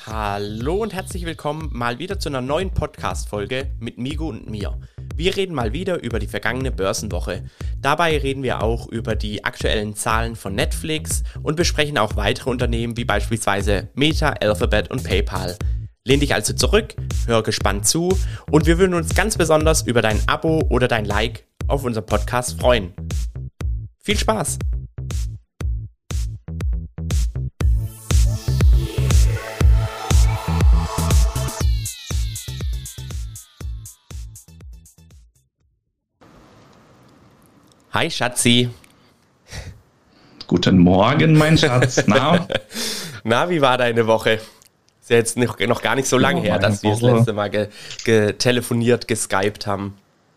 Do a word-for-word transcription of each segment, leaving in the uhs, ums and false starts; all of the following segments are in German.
Hallo und herzlich willkommen mal wieder zu einer neuen Podcast-Folge mit Migo und mir. Wir reden mal wieder über die vergangene Börsenwoche. Dabei reden wir auch über die aktuellen Zahlen von Netflix und besprechen auch weitere Unternehmen wie beispielsweise Meta, Alphabet und PayPal. Lehn dich also zurück, hör gespannt zu und wir würden uns ganz besonders über dein Abo oder dein Like auf unserem Podcast freuen. Viel Spaß! Hi Schatzi. Guten Morgen, mein Schatz. Na, Na wie war deine Woche? Ist ja jetzt noch, noch gar nicht so lange Ja, her, dass wir meine das Woche- letzte Mal ge- getelefoniert, geskypt haben.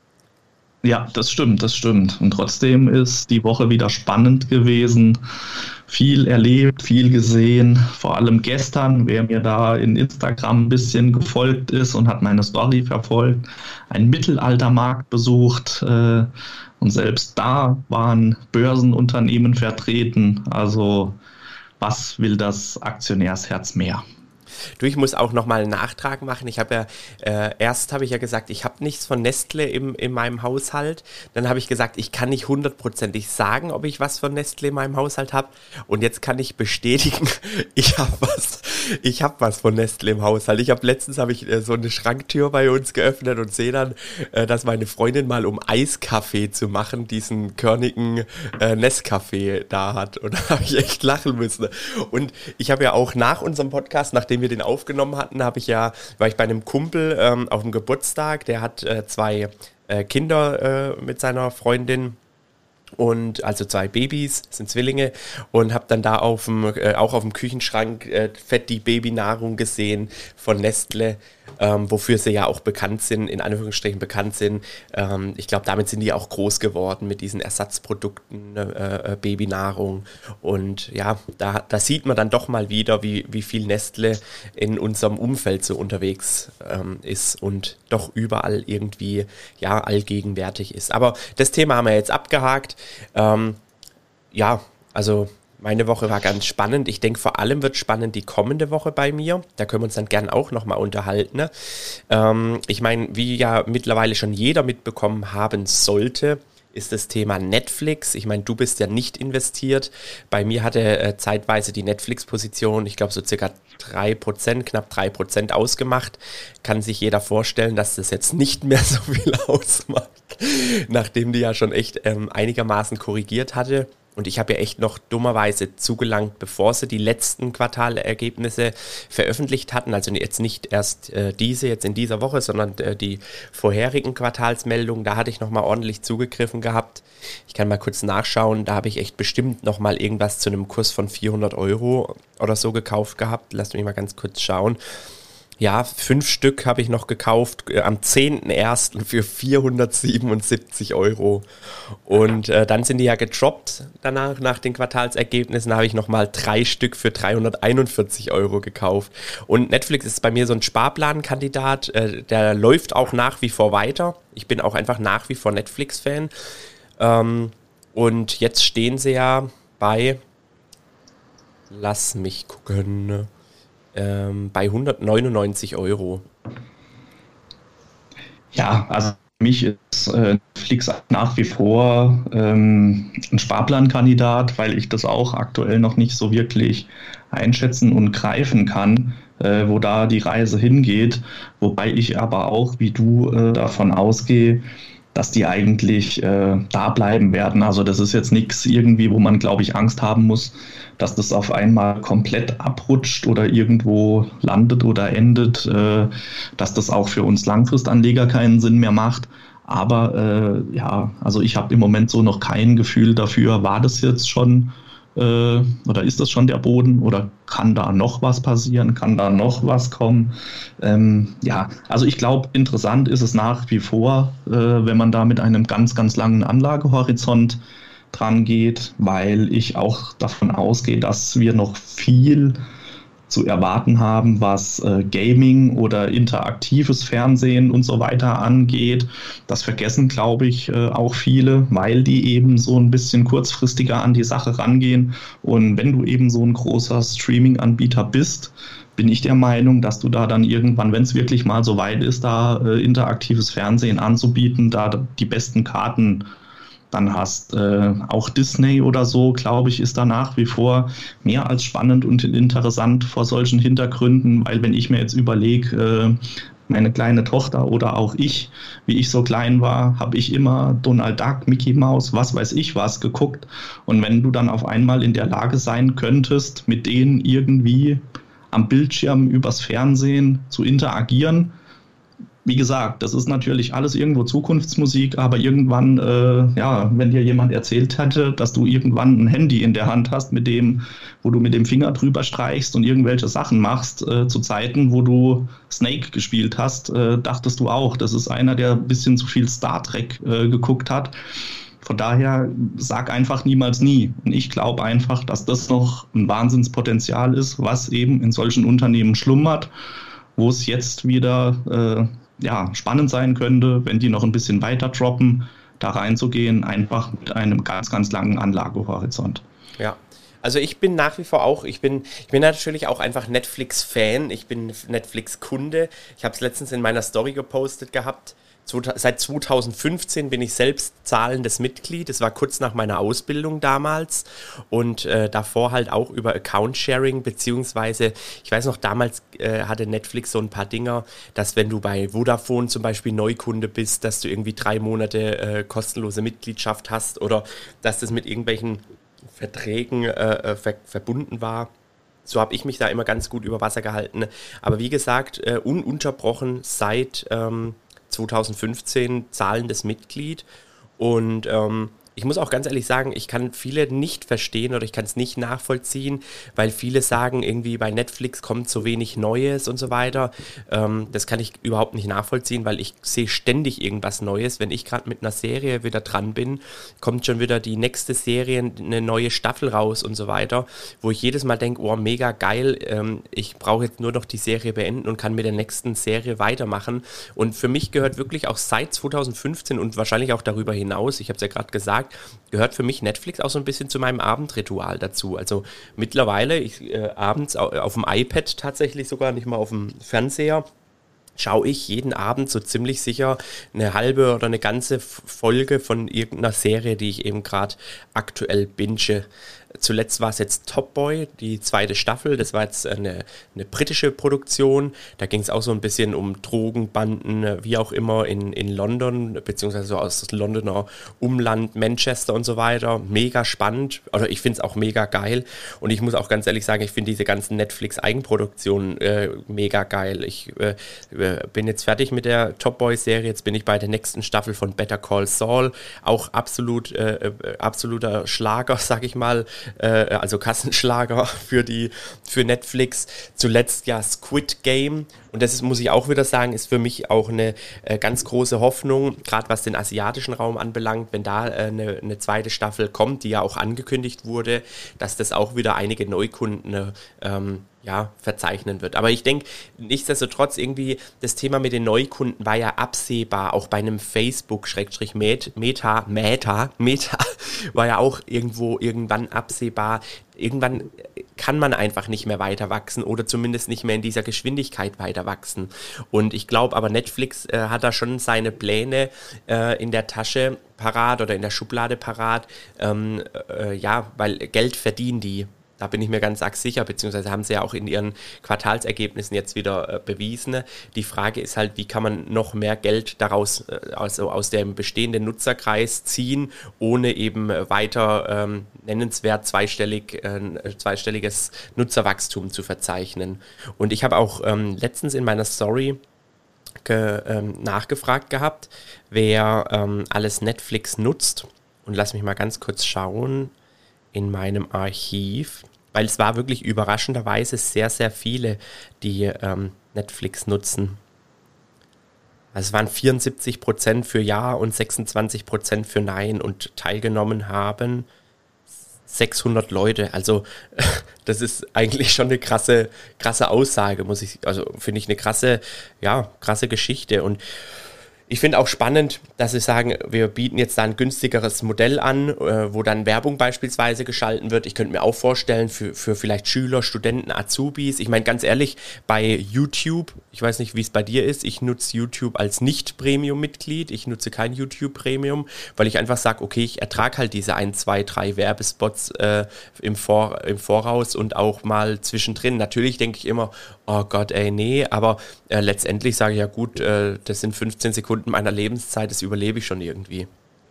ja, das stimmt, das stimmt. Und trotzdem ist die Woche wieder spannend gewesen. Viel erlebt, viel gesehen. Vor allem gestern, wer mir da in Instagram ein bisschen gefolgt ist und hat meine Story verfolgt, einen Mittelaltermarkt besucht. Äh, und selbst da waren Börsenunternehmen vertreten. Also was will das Aktionärsherz mehr? Du, ich muss auch nochmal einen Nachtrag machen. Ich habe ja, äh, erst habe ich ja gesagt, ich habe nichts von Nestle im, in meinem Haushalt. Dann habe ich gesagt, ich kann nicht hundertprozentig sagen, ob ich was von Nestle in meinem Haushalt habe. Und jetzt kann ich bestätigen, ich habe was, ich habe was von Nestle im Haushalt. Ich habe letztens habe ich äh, so eine Schranktür bei uns geöffnet und sehe dann, äh, dass meine Freundin mal, um Eiskaffee zu machen, diesen körnigen äh, Nescafé da hat. Und da habe ich echt lachen müssen. Und ich habe ja auch nach unserem Podcast, nachdem wir den aufgenommen hatten, habe ich ja, war ich bei einem Kumpel ähm, auf dem Geburtstag, der hat äh, zwei äh, Kinder äh, mit seiner Freundin. Und also zwei Babys, sind Zwillinge, und habe dann da auf dem, äh, auch auf dem Küchenschrank äh, fett die Babynahrung gesehen von Nestle, ähm, wofür sie ja auch bekannt sind, in Anführungsstrichen bekannt sind. Ähm, ich glaube, damit sind die auch groß geworden mit diesen Ersatzprodukten, äh, äh, Babynahrung. Und ja, da, da sieht man dann doch mal wieder, wie, wie viel Nestle in unserem Umfeld so unterwegs ähm, ist und doch überall irgendwie ja allgegenwärtig ist. Aber das Thema haben wir jetzt abgehakt. Ähm, ja, also meine Woche war ganz spannend. Ich denke, vor allem wird spannend die kommende Woche bei mir. Da können wir uns dann gern auch nochmal unterhalten. Ne? Ähm, ich meine, wie ja mittlerweile schon jeder mitbekommen haben sollte, ist das Thema Netflix. Ich meine, du bist ja nicht investiert. Bei mir hatte äh, zeitweise die Netflix-Position, ich glaube so circa drei Prozent, knapp drei Prozent ausgemacht. Kann sich jeder vorstellen, dass das jetzt nicht mehr so viel ausmacht, nachdem die ja schon echt ähm, einigermaßen korrigiert hatte. Und ich habe ja echt noch dummerweise zugelangt, bevor sie die letzten Quartalergebnisse veröffentlicht hatten. Also jetzt nicht erst äh, diese, jetzt in dieser Woche, sondern äh, die vorherigen Quartalsmeldungen. Da hatte ich nochmal ordentlich zugegriffen gehabt. Ich kann mal kurz nachschauen. Da habe ich echt bestimmt nochmal irgendwas zu einem Kurs von vierhundert Euro oder so gekauft gehabt. Lasst mich mal ganz kurz schauen. Ja, fünf Stück habe ich noch gekauft äh, am zehnten ersten für vierhundertsiebenundsiebzig Euro. Und äh, dann sind die ja gedroppt danach, nach den Quartalsergebnissen, habe ich nochmal drei Stück für dreihunderteinundvierzig Euro gekauft. Und Netflix ist bei mir so ein Sparplankandidat, äh, der läuft auch nach wie vor weiter. Ich bin auch einfach nach wie vor Netflix-Fan. Ähm, und jetzt stehen sie ja bei, lass mich gucken, Ähm, bei hundertneunundneunzig Euro. Ja, also für mich ist äh, Netflix nach wie vor ähm, ein Sparplankandidat, weil ich das auch aktuell noch nicht so wirklich einschätzen und greifen kann, äh, wo da die Reise hingeht. Wobei ich aber auch, wie du, äh, davon ausgehe, dass die eigentlich äh, da bleiben werden. Also das ist jetzt nichts irgendwie, wo man, glaube ich, Angst haben muss, dass das auf einmal komplett abrutscht oder irgendwo landet oder endet, äh, dass das auch für uns Langfristanleger keinen Sinn mehr macht. Aber äh, ja, also ich habe im Moment so noch kein Gefühl dafür, war das jetzt schon äh, oder ist das schon der Boden oder kann da noch was passieren, kann da noch was kommen? Ähm, ja, also ich glaube, interessant ist es nach wie vor, äh, wenn man da mit einem ganz, ganz langen Anlagehorizont dran geht, weil ich auch davon ausgehe, dass wir noch viel zu erwarten haben, was äh, Gaming oder interaktives Fernsehen und so weiter angeht. Das vergessen, glaube ich, äh, auch viele, weil die eben so ein bisschen kurzfristiger an die Sache rangehen. Und wenn du eben so ein großer Streaming-Anbieter bist, bin ich der Meinung, dass du da dann irgendwann, wenn es wirklich mal so weit ist, da äh, interaktives Fernsehen anzubieten, da die besten Karten dann hast. Äh, auch Disney oder so, glaube ich, ist da nach wie vor mehr als spannend und interessant vor solchen Hintergründen, weil wenn ich mir jetzt überlege, äh, meine kleine Tochter oder auch ich, wie ich so klein war, habe ich immer Donald Duck, Mickey Mouse, was weiß ich was geguckt. Und wenn du dann auf einmal in der Lage sein könntest, mit denen irgendwie am Bildschirm übers Fernsehen zu interagieren, wie gesagt, das ist natürlich alles irgendwo Zukunftsmusik, aber irgendwann, äh, ja, wenn dir jemand erzählt hätte, dass du irgendwann ein Handy in der Hand hast, mit dem, wo du mit dem Finger drüber streichst und irgendwelche Sachen machst, äh, zu Zeiten, wo du Snake gespielt hast, äh, dachtest du auch, das ist einer, der ein bisschen zu viel Star Trek äh, geguckt hat. Von daher sag einfach niemals nie. Und ich glaube einfach, dass das noch ein Wahnsinnspotenzial ist, was eben in solchen Unternehmen schlummert, wo es jetzt wieder äh, ja, spannend sein könnte, wenn die noch ein bisschen weiter droppen, da reinzugehen, einfach mit einem ganz, ganz langen Anlagehorizont. Ja, also ich bin nach wie vor auch, ich bin, ich bin natürlich auch einfach Netflix-Fan, ich bin Netflix-Kunde. Ich habe es letztens in meiner Story gepostet gehabt. Seit zweitausendfünfzehn bin ich selbst zahlendes Mitglied. Das war kurz nach meiner Ausbildung damals und äh, davor halt auch über Account-Sharing, beziehungsweise, ich weiß noch, damals äh, hatte Netflix so ein paar Dinger, dass wenn du bei Vodafone zum Beispiel Neukunde bist, dass du irgendwie drei Monate äh, kostenlose Mitgliedschaft hast oder dass das mit irgendwelchen Verträgen äh, ver- verbunden war. So habe ich mich da immer ganz gut über Wasser gehalten. Aber wie gesagt, äh, ununterbrochen seit ähm, zweitausendfünfzehn zahlendes Mitglied und ähm, ich muss auch ganz ehrlich sagen, ich kann viele nicht verstehen oder ich kann es nicht nachvollziehen, weil viele sagen, irgendwie bei Netflix kommt so wenig Neues und so weiter. Ähm, das kann ich überhaupt nicht nachvollziehen, weil ich sehe ständig irgendwas Neues. Wenn ich gerade mit einer Serie wieder dran bin, kommt schon wieder die nächste Serie, eine neue Staffel raus und so weiter, wo ich jedes Mal denke, oh, mega geil, ähm, ich brauche jetzt nur noch die Serie beenden und kann mit der nächsten Serie weitermachen. Und für mich gehört wirklich auch seit zweitausendfünfzehn und wahrscheinlich auch darüber hinaus, ich habe es ja gerade gesagt, gehört für mich Netflix auch so ein bisschen zu meinem Abendritual dazu. Also mittlerweile, ich äh, abends auf, auf dem iPad tatsächlich sogar, nicht mal auf dem Fernseher, schaue ich jeden Abend so ziemlich sicher eine halbe oder eine ganze Folge von irgendeiner Serie, die ich eben gerade aktuell binge. Zuletzt war es jetzt Top Boy, die zweite Staffel. Das war jetzt eine, eine britische Produktion. Da ging es auch so ein bisschen um Drogenbanden, wie auch immer, in, in London, beziehungsweise so aus dem Londoner Umland, Manchester und so weiter. Mega spannend. Oder ich finde es auch mega geil. Und ich muss auch ganz ehrlich sagen, ich finde diese ganzen Netflix-Eigenproduktionen äh, mega geil. Ich äh, bin jetzt fertig mit der Top Boy-Serie. Jetzt bin ich bei der nächsten Staffel von Better Call Saul. Auch absolut, äh, absoluter Schlager, sag ich mal. Also Kassenschlager für die für Netflix. Zuletzt ja Squid Game. Und das ist, muss ich auch wieder sagen, ist für mich auch eine äh, ganz große Hoffnung, gerade was den asiatischen Raum anbelangt, wenn da äh, eine, eine zweite Staffel kommt, die ja auch angekündigt wurde, dass das auch wieder einige Neukunden ähm, ja, verzeichnen wird. Aber ich denke, nichtsdestotrotz irgendwie, das Thema mit den Neukunden war ja absehbar, auch bei einem Facebook-Meta, Meta, Meta, war ja auch irgendwo irgendwann absehbar. Irgendwann kann man einfach nicht mehr weiter wachsen oder zumindest nicht mehr in dieser Geschwindigkeit weiter wachsen. Und ich glaube aber, Netflix äh, hat da schon seine Pläne äh, in der Tasche parat oder in der Schublade parat. Ähm, äh, ja, weil Geld verdienen die. Da bin ich mir ganz arg sicher, beziehungsweise haben sie ja auch in ihren Quartalsergebnissen jetzt wieder äh, bewiesen. Die Frage ist halt, wie kann man noch mehr Geld daraus, äh, also aus dem bestehenden Nutzerkreis ziehen, ohne eben weiter ähm, nennenswert zweistellig, äh, zweistelliges Nutzerwachstum zu verzeichnen. Und ich habe auch ähm, letztens in meiner Story ge, ähm, nachgefragt gehabt, wer ähm, alles Netflix nutzt. Und lass mich mal ganz kurz schauen in meinem Archiv, weil es war wirklich überraschenderweise sehr, sehr viele, die ähm, Netflix nutzen. Also es waren vierundsiebzig Prozent für Ja und sechsundzwanzig Prozent für Nein und teilgenommen haben sechshundert Leute. Also das ist eigentlich schon eine krasse, krasse Aussage, muss ich, also finde ich eine krasse, ja, krasse Geschichte. Und Ich finde auch spannend, dass sie sagen, wir bieten jetzt da ein günstigeres Modell an, äh, wo dann Werbung beispielsweise geschalten wird. Ich könnte mir auch vorstellen, für, für vielleicht Schüler, Studenten, Azubis. Ich meine, ganz ehrlich, bei YouTube, ich weiß nicht, wie es bei dir ist, ich nutze YouTube als Nicht-Premium-Mitglied. Ich nutze kein YouTube-Premium, weil ich einfach sage, okay, ich ertrage halt diese ein, zwei, drei Werbespots äh, im, Vor- im Voraus und auch mal zwischendrin. Natürlich denke ich immer, oh Gott, ey, nee, aber äh, letztendlich sage ich ja gut, äh, das sind fünfzehn Sekunden meiner Lebenszeit, das überlebe ich schon irgendwie.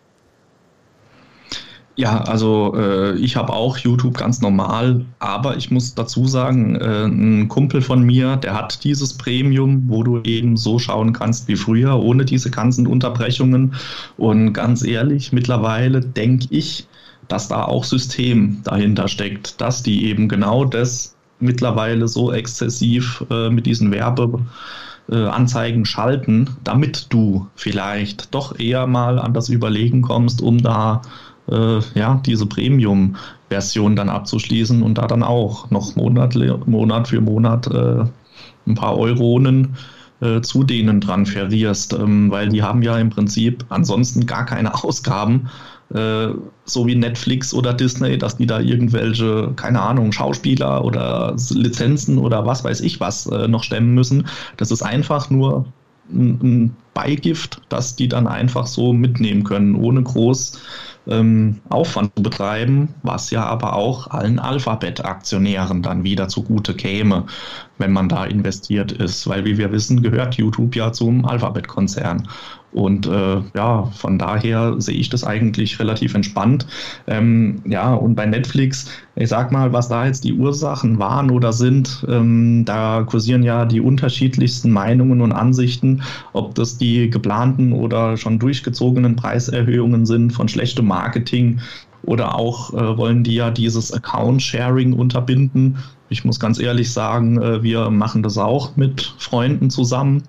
Ja, also äh, ich habe auch YouTube ganz normal, aber ich muss dazu sagen, äh, ein Kumpel von mir, der hat dieses Premium, wo du eben so schauen kannst wie früher, ohne diese ganzen Unterbrechungen. Und ganz ehrlich, mittlerweile denke ich, dass da auch System dahinter steckt, dass die eben genau das mittlerweile so exzessiv äh, mit diesen Werbe Äh, Anzeigen schalten, damit du vielleicht doch eher mal an das Überlegen kommst, um da äh, ja, diese Premium-Version dann abzuschließen und da dann auch noch Monat, Monat für Monat äh, ein paar Euronen äh, zu denen transferierst, ähm, weil die haben ja im Prinzip ansonsten gar keine Ausgaben, äh, so wie Netflix oder Disney, dass die da irgendwelche, keine Ahnung, Schauspieler oder Lizenzen oder was weiß ich was äh, noch stemmen müssen. Das ist einfach nur ein, ein Beigift, das die dann einfach so mitnehmen können, ohne groß ähm, Aufwand zu betreiben, was ja aber auch allen Alphabet-Aktionären dann wieder zugute käme, wenn man da investiert ist, weil wie wir wissen, gehört YouTube ja zum Alphabet-Konzern. Und äh, ja, von daher sehe ich das eigentlich relativ entspannt. Ähm, ja, und bei Netflix, ich sag mal, was da jetzt die Ursachen waren oder sind, ähm, da kursieren ja die unterschiedlichsten Meinungen und Ansichten, ob das die geplanten oder schon durchgezogenen Preiserhöhungen sind von schlechtem Marketing oder auch äh, wollen die ja dieses Account-Sharing unterbinden. Ich muss ganz ehrlich sagen, äh, wir machen das auch mit Freunden zusammen.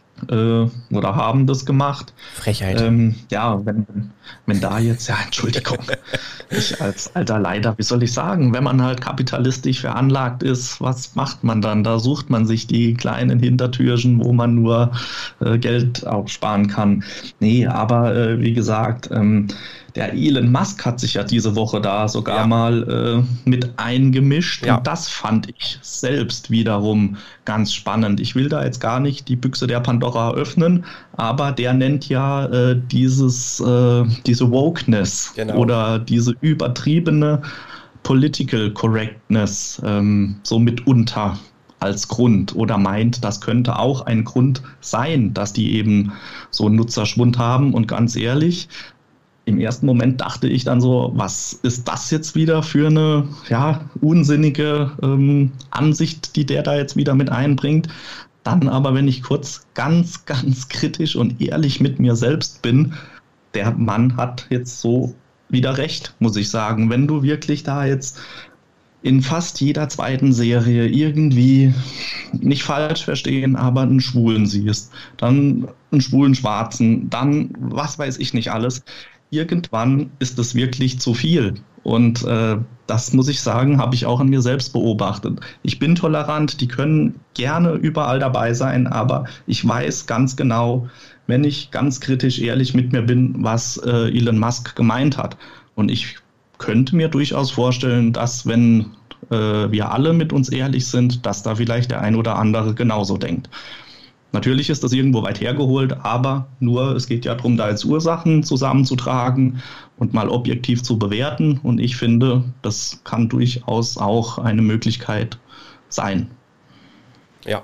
Oder haben das gemacht. Frechheit. Ähm, ja, wenn, wenn da jetzt, ja, Entschuldigung, ich als alter Leider, wie soll ich sagen, wenn man halt kapitalistisch veranlagt ist, was macht man dann? Da sucht man sich die kleinen Hintertürchen, wo man nur äh, Geld aufsparen kann. Nee, aber äh, wie gesagt, ähm, der Elon Musk hat sich ja diese Woche da sogar ja. mal äh, mit eingemischt. Ja. Und das fand ich selbst wiederum ganz spannend. Ich will da jetzt gar nicht die Büchse der Pandora öffnen, aber der nennt ja äh, dieses, äh, diese Wokeness genau. oder diese übertriebene Political Correctness ähm, so mitunter als Grund oder meint, das könnte auch ein Grund sein, dass die eben so einen Nutzerschwund haben. Und ganz ehrlich, im ersten Moment dachte ich dann so, was ist das jetzt wieder für eine ja, unsinnige ähm, Ansicht, die der da jetzt wieder mit einbringt. Dann aber, wenn ich kurz ganz, ganz kritisch und ehrlich mit mir selbst bin, der Mann hat jetzt so wieder recht, muss ich sagen. Wenn du wirklich da jetzt in fast jeder zweiten Serie irgendwie, nicht falsch verstehen, aber einen Schwulen siehst, dann einen schwulen Schwarzen, dann was weiß ich nicht alles, irgendwann ist es wirklich zu viel. Und äh, das muss ich sagen, habe ich auch an mir selbst beobachtet. Ich bin tolerant, die können gerne überall dabei sein, aber ich weiß ganz genau, wenn ich ganz kritisch ehrlich mit mir bin, was äh, Elon Musk gemeint hat. Und ich könnte mir durchaus vorstellen, dass wenn äh, wir alle mit uns ehrlich sind, dass da vielleicht der ein oder andere genauso denkt. Natürlich ist das irgendwo weit hergeholt, aber nur, es geht ja darum, da jetzt Ursachen zusammenzutragen und mal objektiv zu bewerten. Und ich finde, das kann durchaus auch eine Möglichkeit sein. Ja.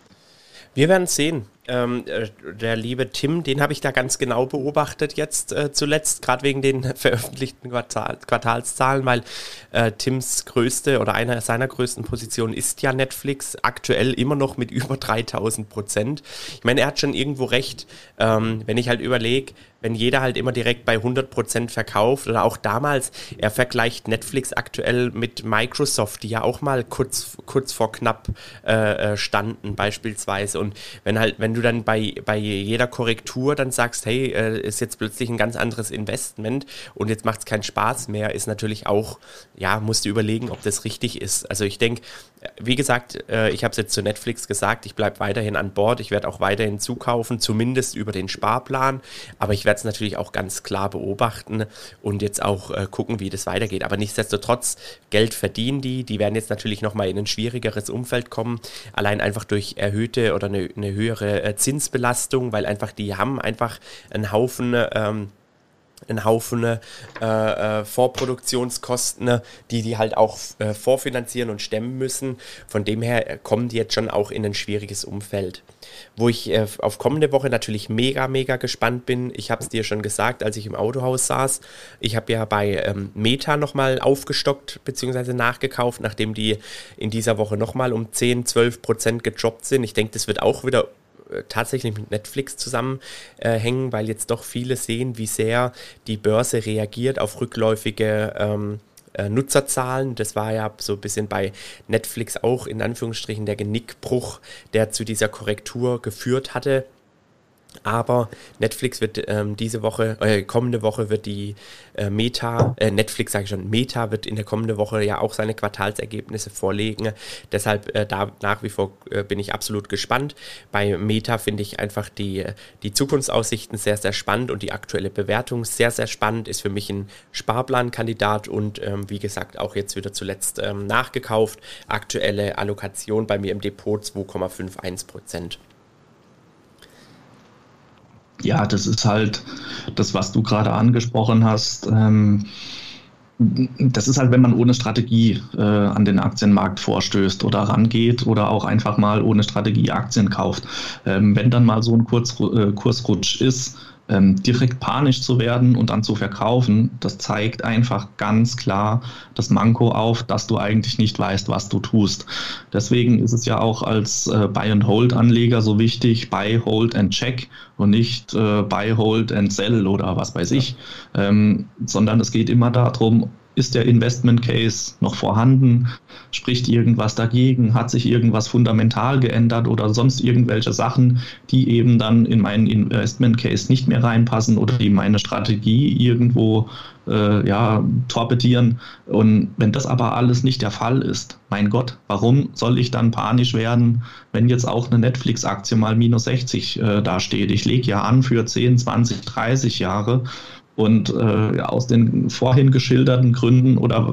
Wir werden sehen. Ähm, der liebe Tim, den habe ich da ganz genau beobachtet jetzt äh, zuletzt, gerade wegen den veröffentlichten Quartal, Quartalszahlen, weil äh, Tims größte oder einer seiner größten Positionen ist ja Netflix, aktuell immer noch mit über dreitausend Prozent. Ich meine, er hat schon irgendwo recht, ähm, wenn ich halt überlege, wenn jeder halt immer direkt bei hundert Prozent verkauft oder auch damals, er vergleicht Netflix aktuell mit Microsoft, die ja auch mal kurz, kurz vor knapp äh, standen beispielsweise und wenn halt, wenn du dann bei, bei jeder Korrektur dann sagst, hey, äh, ist jetzt plötzlich ein ganz anderes Investment und jetzt macht es keinen Spaß mehr, ist natürlich auch, ja, musst du überlegen, ob das richtig ist. Also ich denke, wie gesagt, äh, ich habe es jetzt zu Netflix gesagt, ich bleibe weiterhin an Bord, ich werde auch weiterhin zukaufen, zumindest über den Sparplan, aber ich werde es natürlich auch ganz klar beobachten und jetzt auch äh, gucken, wie das weitergeht. Aber nichtsdestotrotz, Geld verdienen die, die werden jetzt natürlich nochmal in ein schwierigeres Umfeld kommen, allein einfach durch erhöhte oder eine, eine höhere äh, Zinsbelastung, weil einfach die haben einfach einen Haufen ähm, einen Haufen äh, äh, Vorproduktionskosten, die die halt auch äh, vorfinanzieren und stemmen müssen. Von dem her kommen die jetzt schon auch in ein schwieriges Umfeld. Wo ich äh, auf kommende Woche natürlich mega, mega gespannt bin. Ich habe es dir schon gesagt, als ich im Autohaus saß. Ich habe ja bei ähm, Meta nochmal aufgestockt bzw. nachgekauft, nachdem die in dieser Woche nochmal um zehn, zwölf Prozent gedroppt sind. Ich denke, das wird auch wieder tatsächlich mit Netflix zusammenhängen, äh, weil jetzt doch viele sehen, wie sehr die Börse reagiert auf rückläufige ähm, äh, Nutzerzahlen. Das war ja so ein bisschen bei Netflix auch in Anführungsstrichen der Genickbruch, der zu dieser Korrektur geführt hatte. Aber Netflix wird ähm, diese Woche, äh, kommende Woche wird die äh, Meta, äh, Netflix sage ich schon, Meta wird in der kommenden Woche ja auch seine Quartalsergebnisse vorlegen. Deshalb äh, da nach wie vor äh, bin ich absolut gespannt. Bei Meta finde ich einfach die, die Zukunftsaussichten sehr, sehr spannend und die aktuelle Bewertung sehr, sehr spannend. Ist für mich ein Sparplankandidat und ähm, wie gesagt auch jetzt wieder zuletzt ähm, nachgekauft. Aktuelle Allokation bei mir im Depot zwei Komma einundfünfzig Prozent. Ja, das ist halt das, was du gerade angesprochen hast. Ähm, das ist halt, wenn man ohne Strategie äh, an den Aktienmarkt vorstößt oder rangeht oder auch einfach mal ohne Strategie Aktien kauft. Ähm, wenn dann mal so ein Kurz, äh, Kursrutsch ist, ähm, direkt panisch zu werden und dann zu verkaufen, das zeigt einfach ganz klar das Manko auf, dass du eigentlich nicht weißt, was du tust. Deswegen ist es ja auch als äh, Buy-and-Hold-Anleger so wichtig, Buy, Hold and Check und nicht äh, Buy, Hold and Sell oder was weiß ich, ähm, sondern es geht immer darum, ist der Investment Case noch vorhanden? Spricht irgendwas dagegen? Hat sich irgendwas fundamental geändert oder sonst irgendwelche Sachen, die eben dann in meinen Investment Case nicht mehr reinpassen oder die meine Strategie irgendwo äh, ja, torpedieren? Und wenn das aber alles nicht der Fall ist, mein Gott, warum soll ich dann panisch werden, wenn jetzt auch eine Netflix-Aktie mal minus sechzig äh, da steht? Ich lege ja an für zehn, zwanzig, dreißig Jahre. Und äh, aus den vorhin geschilderten Gründen oder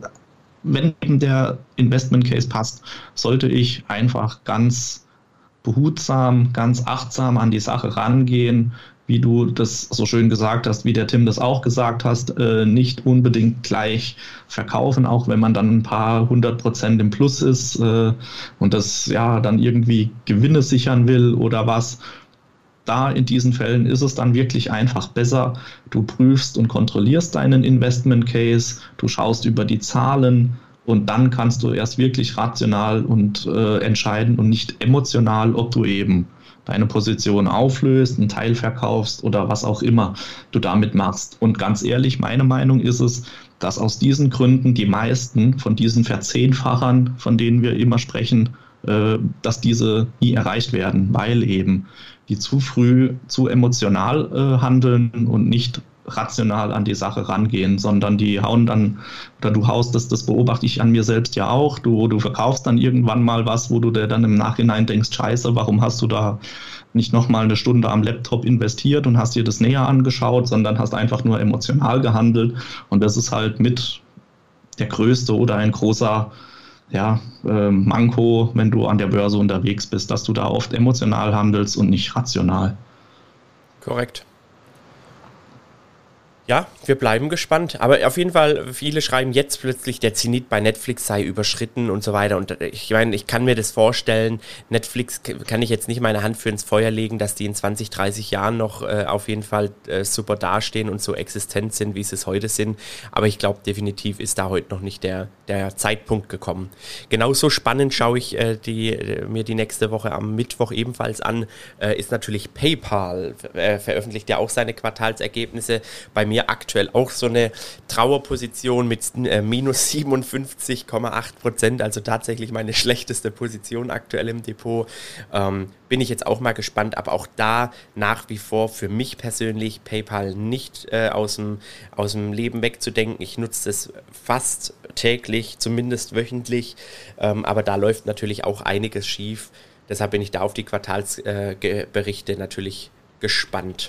wenn eben der Investment Case passt, sollte ich einfach ganz behutsam, ganz achtsam an die Sache rangehen, wie du das so schön gesagt hast, wie der Tim das auch gesagt hast, äh, nicht unbedingt gleich verkaufen, auch wenn man dann ein paar hundert Prozent im Plus ist äh, und das ja dann irgendwie Gewinne sichern will oder was. Da in diesen Fällen ist es dann wirklich einfach besser, du prüfst und kontrollierst deinen Investment Case, du schaust über die Zahlen und dann kannst du erst wirklich rational und äh, entscheiden und nicht emotional, ob du eben deine Position auflöst, einen Teil verkaufst oder was auch immer du damit machst. Und ganz ehrlich, meine Meinung ist es, dass aus diesen Gründen die meisten von diesen Verzehnfachern, von denen wir immer sprechen, äh, dass diese nie erreicht werden, weil eben die zu früh zu emotional äh, handeln und nicht rational an die Sache rangehen, sondern die hauen dann, oder du haust das, das beobachte ich an mir selbst ja auch, du, du verkaufst dann irgendwann mal was, wo du dir dann im Nachhinein denkst, scheiße, warum hast du da nicht nochmal eine Stunde am Laptop investiert und hast dir das näher angeschaut, sondern hast einfach nur emotional gehandelt und das ist halt mit der größte oder ein großer ja, äh, Manko, wenn du an der Börse unterwegs bist, dass du da oft emotional handelst und nicht rational. Korrekt. Ja, wir bleiben gespannt. Aber auf jeden Fall, viele schreiben jetzt plötzlich, der Zenit bei Netflix sei überschritten und so weiter. Und ich meine, ich kann mir das vorstellen, Netflix kann ich jetzt nicht meine Hand für ins Feuer legen, dass die in zwanzig, dreißig Jahren noch äh, auf jeden Fall äh, super dastehen und so existent sind, wie sie es heute sind. Aber ich glaube, definitiv ist da heute noch nicht der, der Zeitpunkt gekommen. Genauso spannend schaue ich äh, die, äh, mir die nächste Woche am Mittwoch ebenfalls an, äh, ist natürlich PayPal. Äh, veröffentlicht ja auch seine Quartalsergebnisse. Bei mir mir aktuell auch so eine Trauerposition mit äh, minus siebenundfünfzig Komma acht Prozent, also tatsächlich meine schlechteste Position aktuell im Depot. Ähm, bin ich jetzt auch mal gespannt, aber auch da nach wie vor für mich persönlich PayPal nicht äh, aus dem, aus dem Leben wegzudenken. Ich nutze es fast täglich, zumindest wöchentlich, ähm, aber da läuft natürlich auch einiges schief. Deshalb bin ich da auf die Quartalsberichte äh, natürlich gespannt.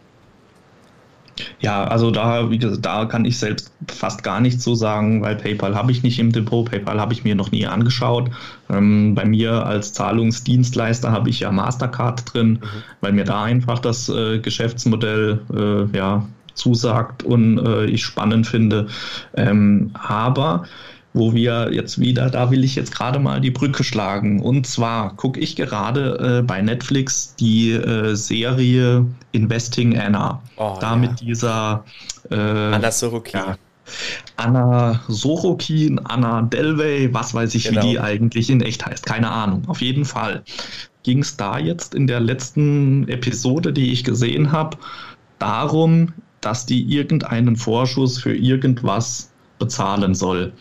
Ja, also da, wie gesagt, da kann ich selbst fast gar nichts zu sagen, weil PayPal habe ich nicht im Depot, PayPal habe ich mir noch nie angeschaut. Ähm, bei mir als Zahlungsdienstleister habe ich ja Mastercard drin, mhm. weil mir da einfach das äh, Geschäftsmodell äh, ja, zusagt und äh, ich spannend finde. Ähm, aber wo wir jetzt wieder, da will ich jetzt gerade mal die Brücke schlagen. Und zwar gucke ich gerade äh, bei Netflix die äh, Serie Investing Anna. Oh, da ja. mit dieser äh, Anna Sorokin. Ja, Anna Sorokin, Anna Delvey, was weiß ich, genau. Wie die eigentlich in echt heißt. Keine Ahnung. Auf jeden Fall ging es da jetzt in der letzten Episode, die ich gesehen habe, darum, dass die irgendeinen Vorschuss für irgendwas bezahlen soll.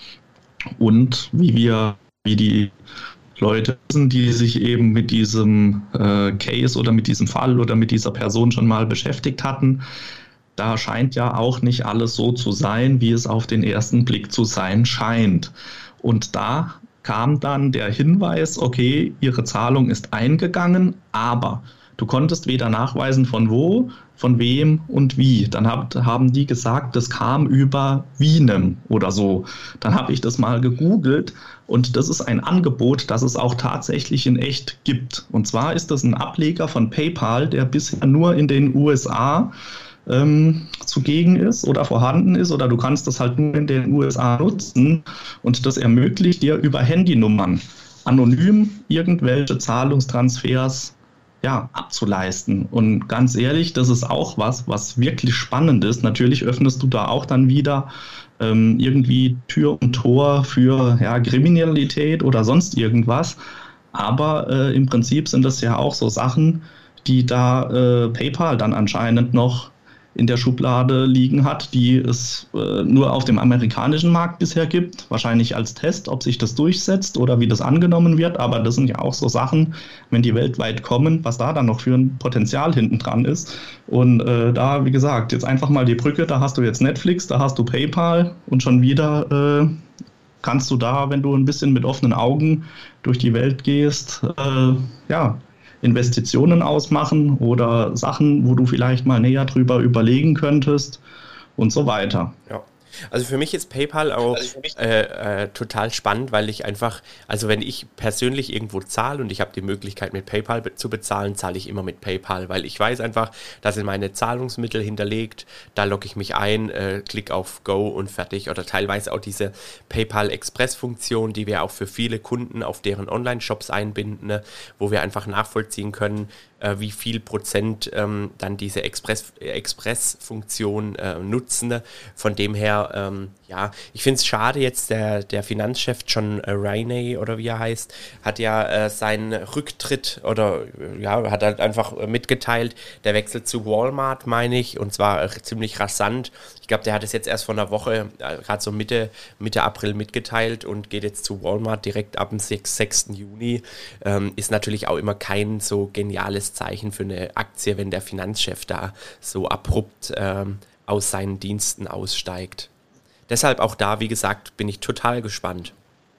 Und wie wir, wie die Leute wissen, die sich eben mit diesem äh, Case oder mit diesem Fall oder mit dieser Person schon mal beschäftigt hatten, da scheint ja auch nicht alles so zu sein, wie es auf den ersten Blick zu sein scheint. Und da kam dann der Hinweis, okay, Ihre Zahlung ist eingegangen, aber du konntest weder nachweisen, von wo, von wem und wie. Dann hab, haben die gesagt, das kam über Venem oder so. Dann habe ich das mal gegoogelt und das ist ein Angebot, das es auch tatsächlich in echt gibt. Und zwar ist das ein Ableger von PayPal, der bisher nur in den U S A ähm, zugegen ist oder vorhanden ist, oder du kannst das halt nur in den U S A nutzen, und das ermöglicht dir über Handynummern anonym irgendwelche Zahlungstransfers ja, abzuleisten. Und ganz ehrlich, das ist auch was, was wirklich spannend ist. Natürlich öffnest du da auch dann wieder ähm, irgendwie Tür und Tor für ja, Kriminalität oder sonst irgendwas. Aber äh, im Prinzip sind das ja auch so Sachen, die da äh, PayPal dann anscheinend noch in der Schublade liegen hat, die es äh, nur auf dem amerikanischen Markt bisher gibt, wahrscheinlich als Test, ob sich das durchsetzt oder wie das angenommen wird, aber das sind ja auch so Sachen, wenn die weltweit kommen, was da dann noch für ein Potenzial hinten dran ist. Und äh, da, wie gesagt, jetzt einfach mal die Brücke, da hast du jetzt Netflix, da hast du PayPal und schon wieder äh, kannst du da, wenn du ein bisschen mit offenen Augen durch die Welt gehst, äh, ja, Investitionen ausmachen oder Sachen, wo du vielleicht mal näher drüber überlegen könntest und so weiter. Ja. Also für mich ist PayPal auch also äh, äh, total spannend, weil ich einfach, also wenn ich persönlich irgendwo zahle und ich habe die Möglichkeit mit PayPal be- zu bezahlen, zahle ich immer mit PayPal, weil ich weiß einfach, da sind meine Zahlungsmittel hinterlegt, da logge ich mich ein, äh, klick auf Go und fertig, oder teilweise auch diese PayPal Express Funktion, die wir auch für viele Kunden auf deren Online-Shops einbinden, ne, wo wir einfach nachvollziehen können, äh, wie viel Prozent ähm, dann diese Express, Express-Funktion äh, nutzen. Ne. Von dem her, ähm, ja, ich finde es schade jetzt, der, der Finanzchef John äh, Rainey oder wie er heißt, hat ja äh, seinen Rücktritt oder äh, ja, hat halt einfach mitgeteilt, der Wechsel zu Walmart, meine ich, und zwar äh, ziemlich rasant. Ich glaube, der hat es jetzt erst vor einer Woche, äh, gerade so Mitte, Mitte April mitgeteilt und geht jetzt zu Walmart direkt ab dem sechsten Juni. Ähm, ist natürlich auch immer kein so geniales Zeichen für eine Aktie, wenn der Finanzchef da so abrupt ähm, aus seinen Diensten aussteigt. Deshalb auch da, wie gesagt, bin ich total gespannt.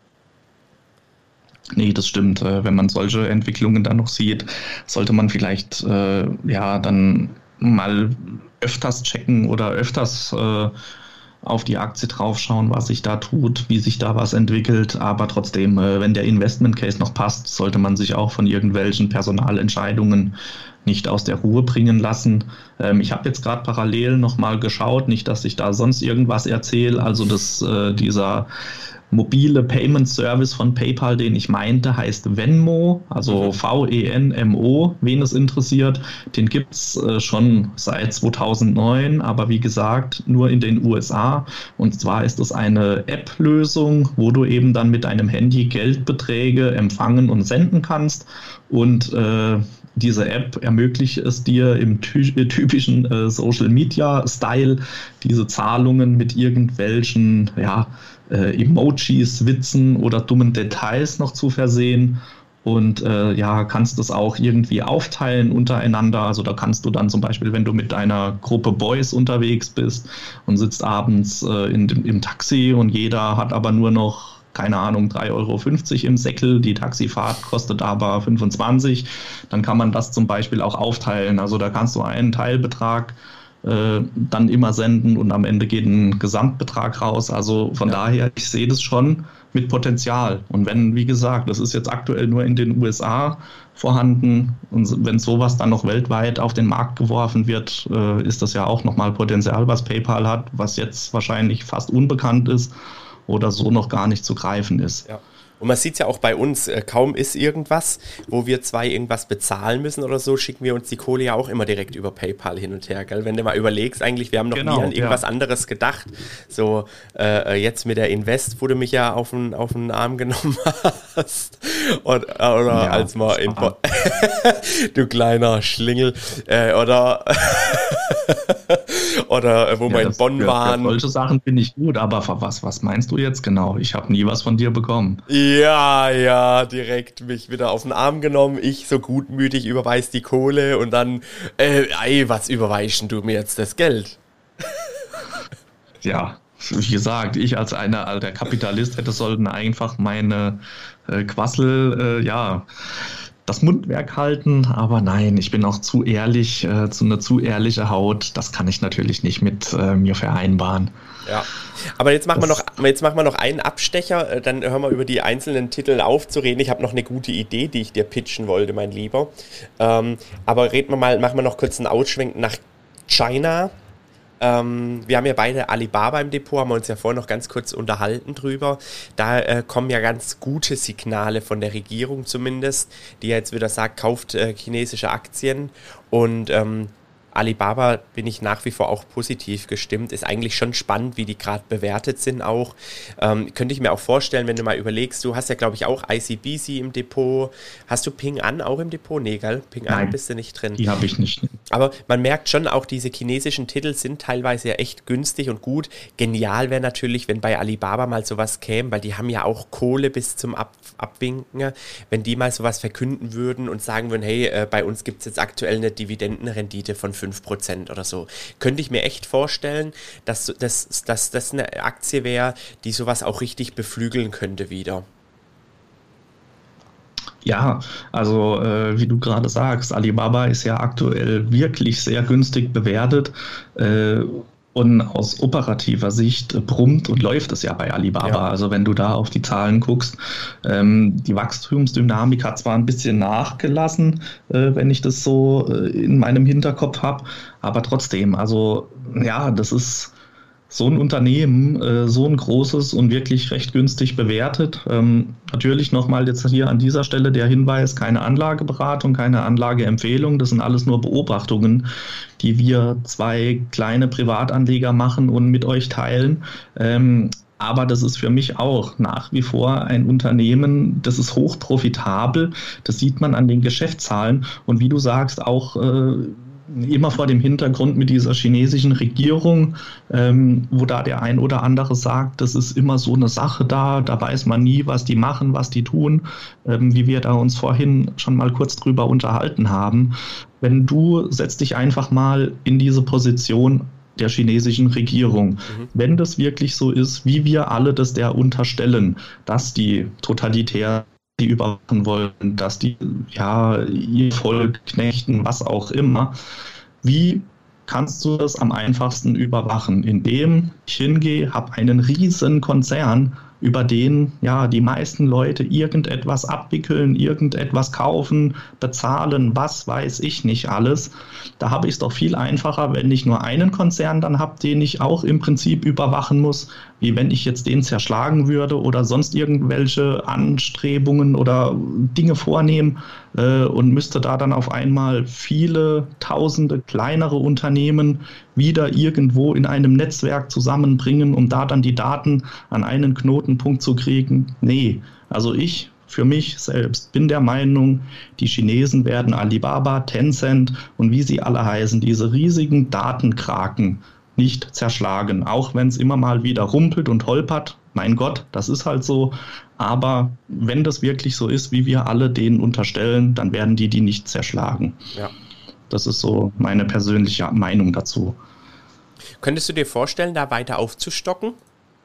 Nee, das stimmt. Wenn man solche Entwicklungen dann noch sieht, sollte man vielleicht äh, ja dann mal öfters checken oder öfters äh, auf die Aktie draufschauen, was sich da tut, wie sich da was entwickelt. Aber trotzdem, äh, wenn der Investment Case noch passt, sollte man sich auch von irgendwelchen Personalentscheidungen nicht aus der Ruhe bringen lassen. Ähm, ich habe jetzt gerade parallel nochmal geschaut, nicht, dass ich da sonst irgendwas erzähle. Also das, äh, dieser mobile Payment Service von PayPal, den ich meinte, heißt Venmo, also V E N M O, wen es interessiert. Den gibt es äh, schon seit zweitausendneun, aber wie gesagt, nur in den U S A. Und zwar ist es eine App-Lösung, wo du eben dann mit deinem Handy Geldbeträge empfangen und senden kannst. Und äh, diese App ermöglicht es dir im ty- typischen äh, Social-Media-Style, diese Zahlungen mit irgendwelchen ja, äh, Emojis, Witzen oder dummen Details noch zu versehen. Und äh, ja, kannst das auch irgendwie aufteilen untereinander. Also da kannst du dann zum Beispiel, wenn du mit deiner Gruppe Boys unterwegs bist und sitzt abends äh, in, im Taxi und jeder hat aber nur noch, keine Ahnung, drei Euro fünfzig im Säckel, die Taxifahrt kostet aber fünfundzwanzig, dann kann man das zum Beispiel auch aufteilen. Also da kannst du einen Teilbetrag äh, dann immer senden und am Ende geht ein Gesamtbetrag raus. Also von ja. daher, ich sehe das schon mit Potenzial. Und wenn, wie gesagt, das ist jetzt aktuell nur in den U S A vorhanden und wenn sowas dann noch weltweit auf den Markt geworfen wird, äh, ist das ja auch nochmal Potenzial, was PayPal hat, was jetzt wahrscheinlich fast unbekannt ist oder so noch gar nicht zu greifen ist. Ja. Und man sieht es ja auch bei uns, äh, kaum ist irgendwas, wo wir zwei irgendwas bezahlen müssen oder so, schicken wir uns die Kohle ja auch immer direkt über PayPal hin und her, gell? Wenn du mal überlegst, eigentlich, wir haben noch genau, nie an irgendwas ja. anderes gedacht. So, äh, jetzt mit der Invest, wo du mich ja auf den, auf den Arm genommen hast. Und, oder ja, als mal in Bo- du kleiner Schlingel. Äh, oder oder wo ja, wir in Bonn für, waren. Für solche Sachen bin ich gut, aber was, was meinst du jetzt genau? Ich habe nie was von dir bekommen. Ja, ja, direkt mich wieder auf den Arm genommen. Ich so gutmütig überweis die Kohle und dann, äh, ey, was überweischen du mir jetzt das Geld? Ja, wie gesagt, ich als einer alter Kapitalist hätte sollten einfach meine äh, Quassel, äh, ja, das Mundwerk halten, aber nein, ich bin auch zu ehrlich, äh, zu eine zu ehrliche Haut, das kann ich natürlich nicht mit äh, mir vereinbaren. Ja, aber jetzt machen wir noch, jetzt machen wir noch einen Abstecher, dann hören wir über die einzelnen Titel aufzureden. Ich habe noch eine gute Idee, die ich dir pitchen wollte, mein Lieber. Ähm, aber reden wir mal, machen wir noch kurz einen Ausschwenk nach China. Ähm, wir haben ja beide Alibaba im Depot, haben wir uns ja vorher noch ganz kurz unterhalten drüber. Da äh, kommen ja ganz gute Signale von der Regierung zumindest, die ja jetzt wieder sagt, kauft äh, chinesische Aktien und ähm, Alibaba bin ich nach wie vor auch positiv gestimmt. Ist eigentlich schon spannend, wie die gerade bewertet sind auch. Ähm, könnte ich mir auch vorstellen, wenn du mal überlegst, du hast ja, glaube ich, auch I C B C im Depot. Hast du Ping An auch im Depot? Nee, gell? Ping An bist du nicht drin. Die habe ich nicht. Aber man merkt schon, auch diese chinesischen Titel sind teilweise ja echt günstig und gut. Genial wäre natürlich, wenn bei Alibaba mal sowas käme, weil die haben ja auch Kohle bis zum Ab- Abwinken. Wenn die mal sowas verkünden würden und sagen würden, hey, äh, bei uns gibt es jetzt aktuell eine Dividendenrendite von fünf Prozent oder so. Könnte ich mir echt vorstellen, dass das dass, dass eine Aktie wäre, die sowas auch richtig beflügeln könnte wieder. Ja, also äh, wie du gerade sagst, Alibaba ist ja aktuell wirklich sehr günstig bewertet. Äh, Und aus operativer Sicht brummt und läuft es ja bei Alibaba. Ja. Also wenn du da auf die Zahlen guckst, ähm, die Wachstumsdynamik hat zwar ein bisschen nachgelassen, äh, wenn ich das so äh, in meinem Hinterkopf habe, aber trotzdem, also ja, das ist so ein Unternehmen, äh, so ein großes und wirklich recht günstig bewertet. Ähm, natürlich nochmal jetzt hier an dieser Stelle der Hinweis, keine Anlageberatung, keine Anlageempfehlung, das sind alles nur Beobachtungen, die wir zwei kleine Privatanleger machen und mit euch teilen. Ähm, aber das ist für mich auch nach wie vor ein Unternehmen, das ist hochprofitabel, das sieht man an den Geschäftszahlen und wie du sagst, auch äh, immer vor dem Hintergrund mit dieser chinesischen Regierung, ähm, wo da der ein oder andere sagt, das ist immer so eine Sache da, da weiß man nie, was die machen, was die tun, ähm, wie wir da uns vorhin schon mal kurz drüber unterhalten haben. Wenn du setzt dich einfach mal in diese Position der chinesischen Regierung. Mhm. Wenn das wirklich so ist, wie wir alle das der unterstellen, dass die totalitär die überwachen wollen, dass die ja ihr Volk knechten, was auch immer. Wie kannst du das am einfachsten überwachen? Indem ich hingehe, habe einen riesen Konzern, über den ja die meisten Leute irgendetwas abwickeln, irgendetwas kaufen, bezahlen, was weiß ich nicht alles. Da habe ich es doch viel einfacher, wenn ich nur einen Konzern dann habe, den ich auch im Prinzip überwachen muss, wie wenn ich jetzt den zerschlagen würde oder sonst irgendwelche Anstrebungen oder Dinge vornehmen äh, und müsste da dann auf einmal viele tausende kleinere Unternehmen wieder irgendwo in einem Netzwerk zusammenbringen, um da dann die Daten an einen Knotenpunkt zu kriegen. Nee, also ich für mich selbst bin der Meinung, die Chinesen werden Alibaba, Tencent und wie sie alle heißen, diese riesigen Datenkraken nicht zerschlagen, auch wenn es immer mal wieder rumpelt und holpert. Mein Gott, das ist halt so. Aber wenn das wirklich so ist, wie wir alle denen unterstellen, dann werden die die nicht zerschlagen. Ja. Das ist so meine persönliche Meinung dazu. Könntest du dir vorstellen, da weiter aufzustocken?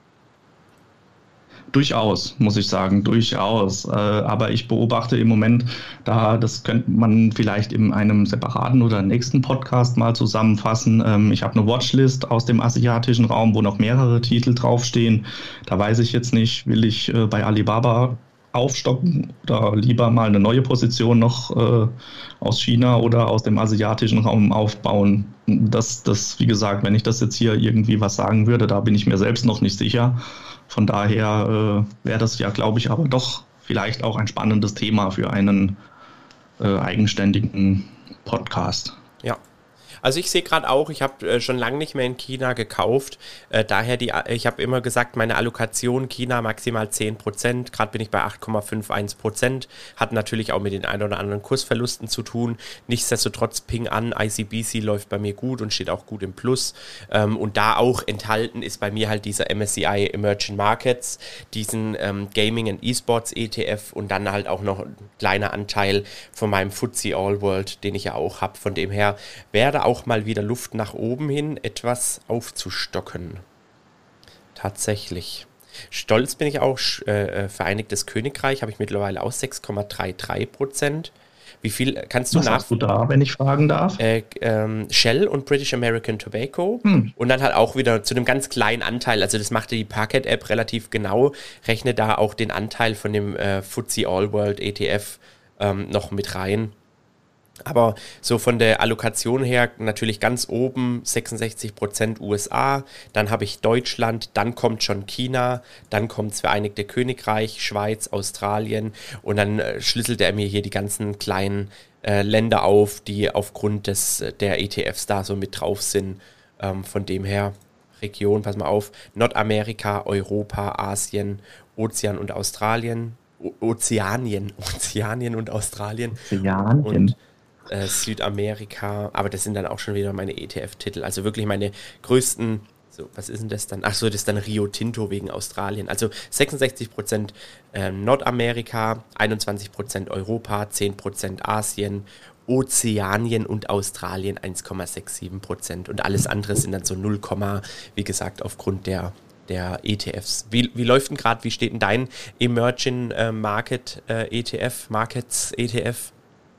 Durchaus, muss ich sagen, durchaus. Äh, aber ich beobachte im Moment, da das könnte man vielleicht in einem separaten oder nächsten Podcast mal zusammenfassen. Ähm, ich habe eine Watchlist aus dem asiatischen Raum, wo noch mehrere Titel draufstehen. Da weiß ich jetzt nicht, will ich äh, bei Alibaba aufstocken oder lieber mal eine neue Position noch äh, aus China oder aus dem asiatischen Raum aufbauen. Das, das, wie gesagt, wenn ich das jetzt hier irgendwie was sagen würde, da bin ich mir selbst noch nicht sicher. Von daher äh, wäre das ja, glaube ich, aber doch vielleicht auch ein spannendes Thema für einen äh, eigenständigen Podcast. Ja. Also ich sehe gerade auch, ich habe äh, schon lange nicht mehr in China gekauft, äh, daher die, ich habe immer gesagt, meine Allokation China maximal zehn Prozent, gerade bin ich bei acht Komma einundfünfzig Prozent, hat natürlich auch mit den ein oder anderen Kursverlusten zu tun, nichtsdestotrotz Ping an, I C B C läuft bei mir gut und steht auch gut im Plus, ähm, und da auch enthalten ist bei mir halt dieser M S C I Emerging Markets, diesen ähm, Gaming and Esports E T F und dann halt auch noch ein kleiner Anteil von meinem F T S E All World, den ich ja auch habe, von dem her wäre auch mal wieder Luft nach oben hin, etwas aufzustocken. Tatsächlich. Stolz bin ich auch, äh, Vereinigtes Königreich habe ich mittlerweile auch sechs Komma dreiunddreißig Prozent. Wie viel kannst du Was nach... hast du da, wenn ich fragen darf? Äh, ähm, Shell und British American Tobacco hm. und dann halt auch wieder zu einem ganz kleinen Anteil, also das machte die Parket-App relativ genau, rechnet da auch den Anteil von dem äh, F T S E All World E T F ähm, noch mit rein. Aber so von der Allokation her natürlich ganz oben sechsundsechzig Prozent U S A, dann habe ich Deutschland, dann kommt schon China, dann kommt das Vereinigte Königreich, Schweiz, Australien und dann äh, schlüsselt er mir hier die ganzen kleinen äh, Länder auf, die aufgrund des der E T Fs da so mit drauf sind. Ähm, von dem her Region, pass mal auf, Nordamerika, Europa, Asien, Ozean und Australien, o- Ozeanien, Ozeanien und Australien. Ozeanien. Und Äh, Südamerika, aber das sind dann auch schon wieder meine E T F-Titel, also wirklich meine größten, so, was ist denn das dann? Ach so, das ist dann Rio Tinto wegen Australien, also sechsundsechzig Prozent äh, Nordamerika, einundzwanzig Prozent Europa, zehn Prozent Asien, Ozeanien und Australien eins Komma siebenundsechzig Prozent und alles andere sind dann so null, wie gesagt, aufgrund der der E T Fs. Wie, wie läuft denn gerade, wie steht denn dein Emerging äh, Market äh, E T F, Markets E T F?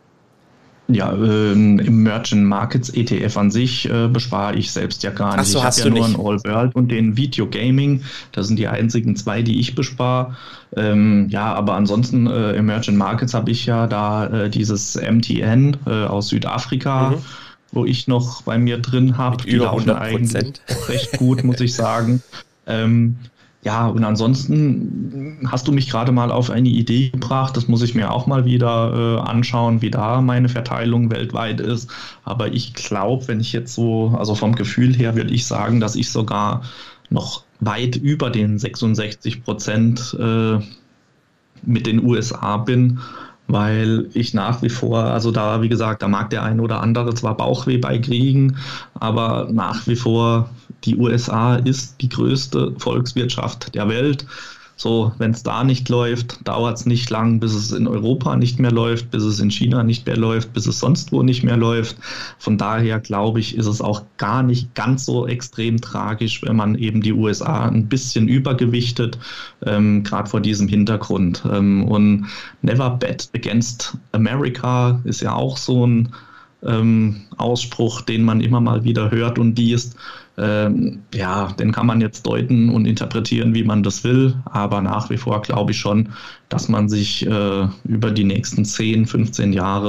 Ja, ähm, im Emerging Markets E T F an sich äh, bespare ich selbst ja gar nicht. Ach so, ich hast habe ja du nur nicht. ein All World und den Video Gaming. Das sind die einzigen zwei, die ich bespare. Ähm, ja, aber ansonsten äh, Emerging Markets habe ich ja da äh, dieses M T N äh, aus Südafrika, mhm. wo ich noch bei mir drin habe. Die laufen eigentlich auch recht gut, muss ich sagen. Ähm, Ja, und ansonsten hast du mich gerade mal auf eine Idee gebracht. Das muss ich mir auch mal wieder äh, anschauen, wie da meine Verteilung weltweit ist. Aber ich glaube, wenn ich jetzt so, also vom Gefühl her würde ich sagen, dass ich sogar noch weit über den sechsundsechzig Prozent äh, mit den U S A bin, weil ich nach wie vor, also da, wie gesagt, da mag der ein oder andere zwar Bauchweh bei kriegen, aber nach wie vor die U S A ist die größte Volkswirtschaft der Welt. So, wenn es da nicht läuft, dauert es nicht lang, bis es in Europa nicht mehr läuft, bis es in China nicht mehr läuft, bis es sonst wo nicht mehr läuft. Von daher glaube ich, ist es auch gar nicht ganz so extrem tragisch, wenn man eben die U S A ein bisschen übergewichtet, ähm, gerade vor diesem Hintergrund. Ähm, und Never Bet Against America ist ja auch so ein ähm, Ausspruch, den man immer mal wieder hört und liest. Ähm, ja, den kann man jetzt deuten und interpretieren, wie man das will, aber nach wie vor glaube ich schon, dass man sich äh, über die nächsten zehn, fünfzehn Jahre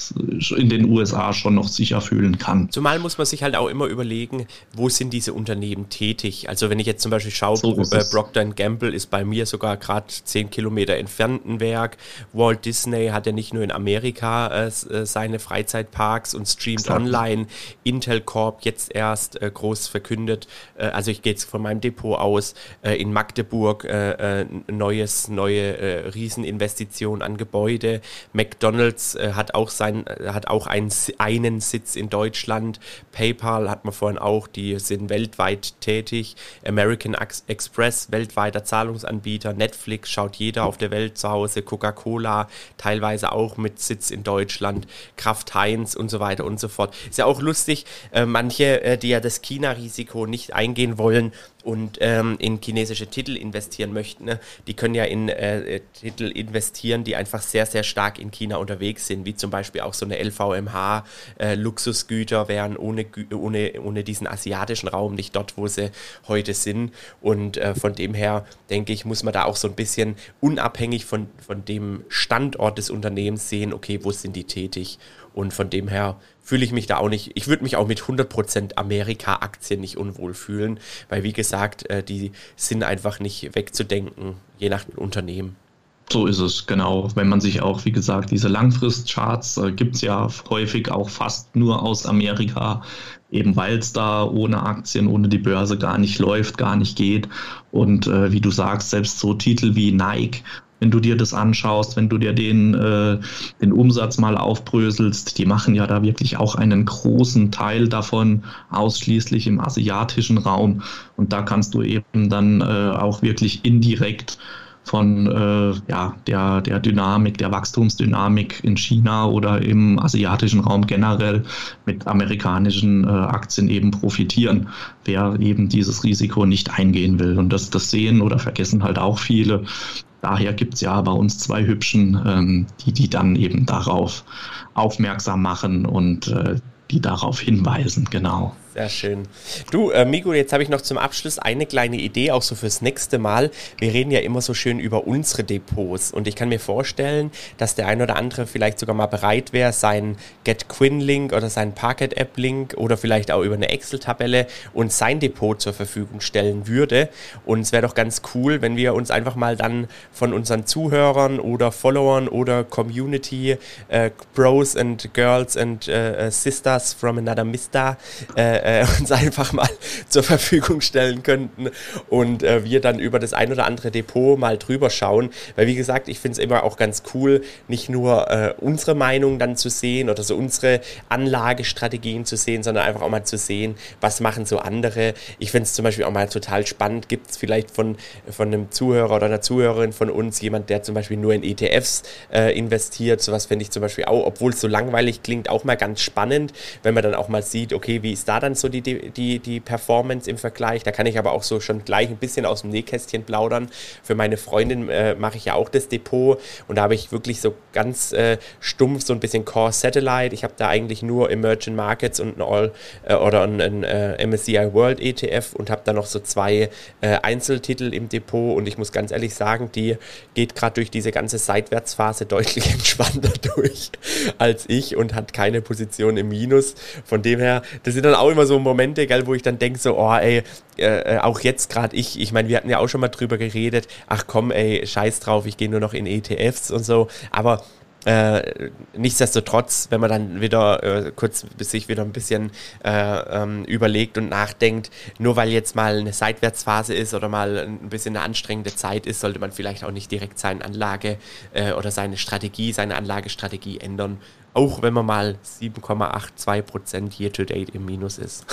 in den U S A schon noch sicher fühlen kann. Zumal muss man sich halt auch immer überlegen, wo sind diese Unternehmen tätig? Also wenn ich jetzt zum Beispiel schaue, so äh, Procter and Gamble ist bei mir sogar gerade zehn Kilometer entfernt ein Werk. Walt Disney hat ja nicht nur in Amerika äh, seine Freizeitparks und streamt Exakt. online. Intel Corp jetzt erst äh, groß verkündet, äh, also ich gehe jetzt von meinem Depot aus, äh, in Magdeburg äh, äh, neues, neue äh, Rieseninvestition an Gebäude. McDonald's äh, hat auch sein, äh, hat auch einen, einen Sitz in Deutschland. PayPal hat man vorhin auch, die sind weltweit tätig. American Express, weltweiter Zahlungsanbieter. Netflix schaut jeder auf der Welt zu Hause. Coca-Cola, teilweise auch mit Sitz in Deutschland. Kraft Heinz und so weiter und so fort. Ist ja auch lustig, äh, manche, äh, die ja das China-Risiko nicht eingehen wollen und ähm, in chinesische Titel investieren möchten, ne? Die können ja in äh, Titel investieren, die einfach sehr, sehr stark in China unterwegs sind, wie zum Beispiel auch so eine L V M H, äh, Luxusgüter wären ohne, ohne, ohne diesen asiatischen Raum nicht dort, wo sie heute sind, und äh, von dem her, denke ich, muss man da auch so ein bisschen unabhängig von, von dem Standort des Unternehmens sehen, okay, wo sind die tätig, und von dem her fühle ich mich da auch nicht, ich würde mich auch mit hundert Prozent Amerika-Aktien nicht unwohl fühlen, weil wie gesagt, äh, die sind einfach nicht wegzudenken, je nach Unternehmen. So ist es, genau. Wenn man sich auch, wie gesagt, diese Langfristcharts äh, gibt es ja häufig auch fast nur aus Amerika, eben weil es da ohne Aktien, ohne die Börse gar nicht läuft, gar nicht geht. Und äh, wie du sagst, selbst so Titel wie Nike, wenn du dir das anschaust, wenn du dir den, äh, den Umsatz mal aufbröselst, die machen ja da wirklich auch einen großen Teil davon ausschließlich im asiatischen Raum. Und da kannst du eben dann äh, auch wirklich indirekt von äh, ja, der, der Dynamik, der Wachstumsdynamik in China oder im asiatischen Raum generell mit amerikanischen äh, Aktien eben profitieren, wer eben dieses Risiko nicht eingehen will. Und das, das sehen oder vergessen halt auch viele. Daher gibt es ja bei uns zwei Hübschen, ähm, die, die dann eben darauf aufmerksam machen und äh, die darauf hinweisen, genau. Sehr schön. Du, äh, Migo, jetzt habe ich noch zum Abschluss eine kleine Idee, auch so fürs nächste Mal. Wir reden ja immer so schön über unsere Depots und ich kann mir vorstellen, dass der ein oder andere vielleicht sogar mal bereit wäre, seinen GetQuinn-Link oder seinen Parquet-App-Link oder vielleicht auch über eine Excel-Tabelle und sein Depot zur Verfügung stellen würde. Und es wäre doch ganz cool, wenn wir uns einfach mal dann von unseren Zuhörern oder Followern oder Community, äh, Bros and Girls and äh, Sisters from another Mister, äh, Äh, uns einfach mal zur Verfügung stellen könnten und äh, wir dann über das ein oder andere Depot mal drüber schauen, weil wie gesagt, ich finde es immer auch ganz cool, nicht nur äh, unsere Meinung dann zu sehen oder so unsere Anlagestrategien zu sehen, sondern einfach auch mal zu sehen, was machen so andere. Ich finde es zum Beispiel auch mal total spannend, gibt es vielleicht von, von einem Zuhörer oder einer Zuhörerin von uns jemand, der zum Beispiel nur in E T Fs äh, investiert, sowas finde ich zum Beispiel auch, obwohl es so langweilig klingt, auch mal ganz spannend, wenn man dann auch mal sieht, okay, wie ist da dann so die, die, die Performance im Vergleich. Da kann ich aber auch so schon gleich ein bisschen aus dem Nähkästchen plaudern. Für meine Freundin äh, mache ich ja auch das Depot und da habe ich wirklich so ganz äh, stumpf so ein bisschen Core Satellite. Ich habe da eigentlich nur Emerging Markets und ein All äh, oder ein, ein äh, M S C I World E T F und habe da noch so zwei äh, Einzeltitel im Depot und ich muss ganz ehrlich sagen, die geht gerade durch diese ganze Seitwärtsphase deutlich entspannter durch als ich und hat keine Position im Minus. Von dem her, das sind dann auch immer so Momente, gell, wo ich dann denke so, oh ey, äh, auch jetzt gerade ich, ich meine, wir hatten ja auch schon mal drüber geredet, ach komm ey, scheiß drauf, ich gehe nur noch in E T Fs und so, aber Äh, nichtsdestotrotz, wenn man dann wieder äh, kurz sich wieder ein bisschen äh, ähm, überlegt und nachdenkt, nur weil jetzt mal eine Seitwärtsphase ist oder mal ein bisschen eine anstrengende Zeit ist, sollte man vielleicht auch nicht direkt seine Anlage äh, oder seine Strategie, seine Anlagestrategie ändern, auch wenn man mal sieben Komma zweiundachtzig Prozent year-to-date im Minus ist.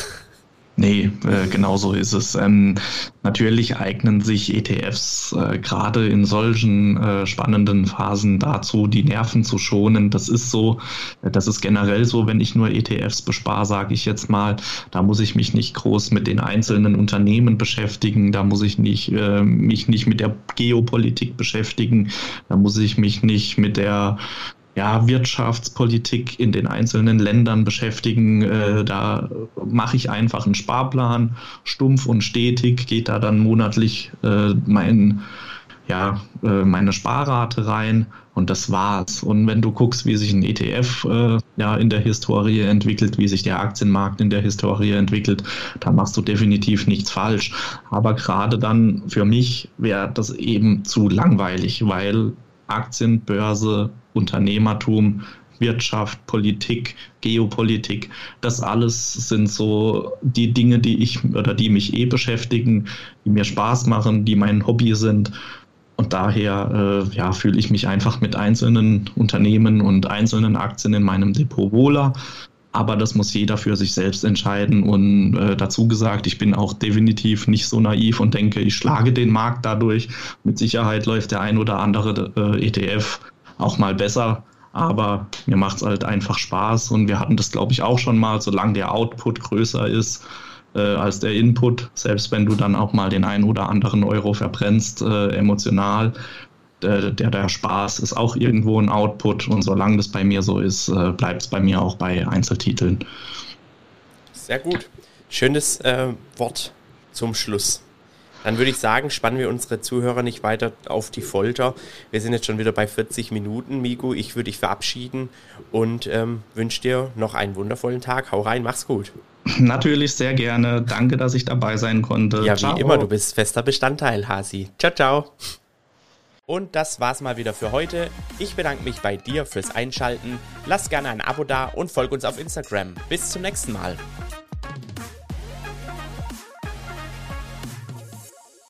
Nee, äh, genau so ist es. Ähm, natürlich eignen sich E T Fs äh, gerade in solchen äh, spannenden Phasen dazu, die Nerven zu schonen. Das ist so, das ist generell so, wenn ich nur E T Fs bespare, sage ich jetzt mal, da muss ich mich nicht groß mit den einzelnen Unternehmen beschäftigen, da muss ich nicht, äh, mich nicht mit der Geopolitik beschäftigen, da muss ich mich nicht mit der ja, Wirtschaftspolitik in den einzelnen Ländern beschäftigen. Äh, da mache ich einfach einen Sparplan, stumpf und stetig, geht da dann monatlich äh, mein ja, äh, meine Sparrate rein und das war's. Und wenn du guckst, wie sich ein E T F äh, ja, in der Historie entwickelt, wie sich der Aktienmarkt in der Historie entwickelt, dann machst du definitiv nichts falsch. Aber gerade dann für mich wäre das eben zu langweilig, weil Aktien, Börse, Unternehmertum, Wirtschaft, Politik, Geopolitik, das alles sind so die Dinge, die ich oder die mich eh beschäftigen, die mir Spaß machen, die mein Hobby sind. Und daher äh, ja, fühle ich mich einfach mit einzelnen Unternehmen und einzelnen Aktien in meinem Depot wohler. Aber das muss jeder für sich selbst entscheiden. Und äh, dazu gesagt, ich bin auch definitiv nicht so naiv und denke, ich schlage den Markt dadurch. Mit Sicherheit läuft der ein oder andere äh, E T F auch mal besser. Aber mir macht es halt einfach Spaß und wir hatten das, glaube ich, auch schon mal, solange der Output größer ist äh, als der Input, selbst wenn du dann auch mal den einen oder anderen Euro verbrennst, äh, emotional, der, der, der Spaß ist auch irgendwo ein Output und solange das bei mir so ist, äh, bleibt es bei mir auch bei Einzeltiteln. Sehr gut. Schönes äh, Wort zum Schluss. Dann würde ich sagen, spannen wir unsere Zuhörer nicht weiter auf die Folter. Wir sind jetzt schon wieder bei vierzig Minuten, Migu. Ich würde dich verabschieden und ähm, wünsche dir noch einen wundervollen Tag. Hau rein, mach's gut. Natürlich, sehr gerne. Danke, dass ich dabei sein konnte. Ja, ciao. Wie immer, du bist fester Bestandteil, Hasi. Ciao, ciao. Und das war's mal wieder für heute. Ich bedanke mich bei dir fürs Einschalten. Lass gerne ein Abo da und folg uns auf Instagram. Bis zum nächsten Mal.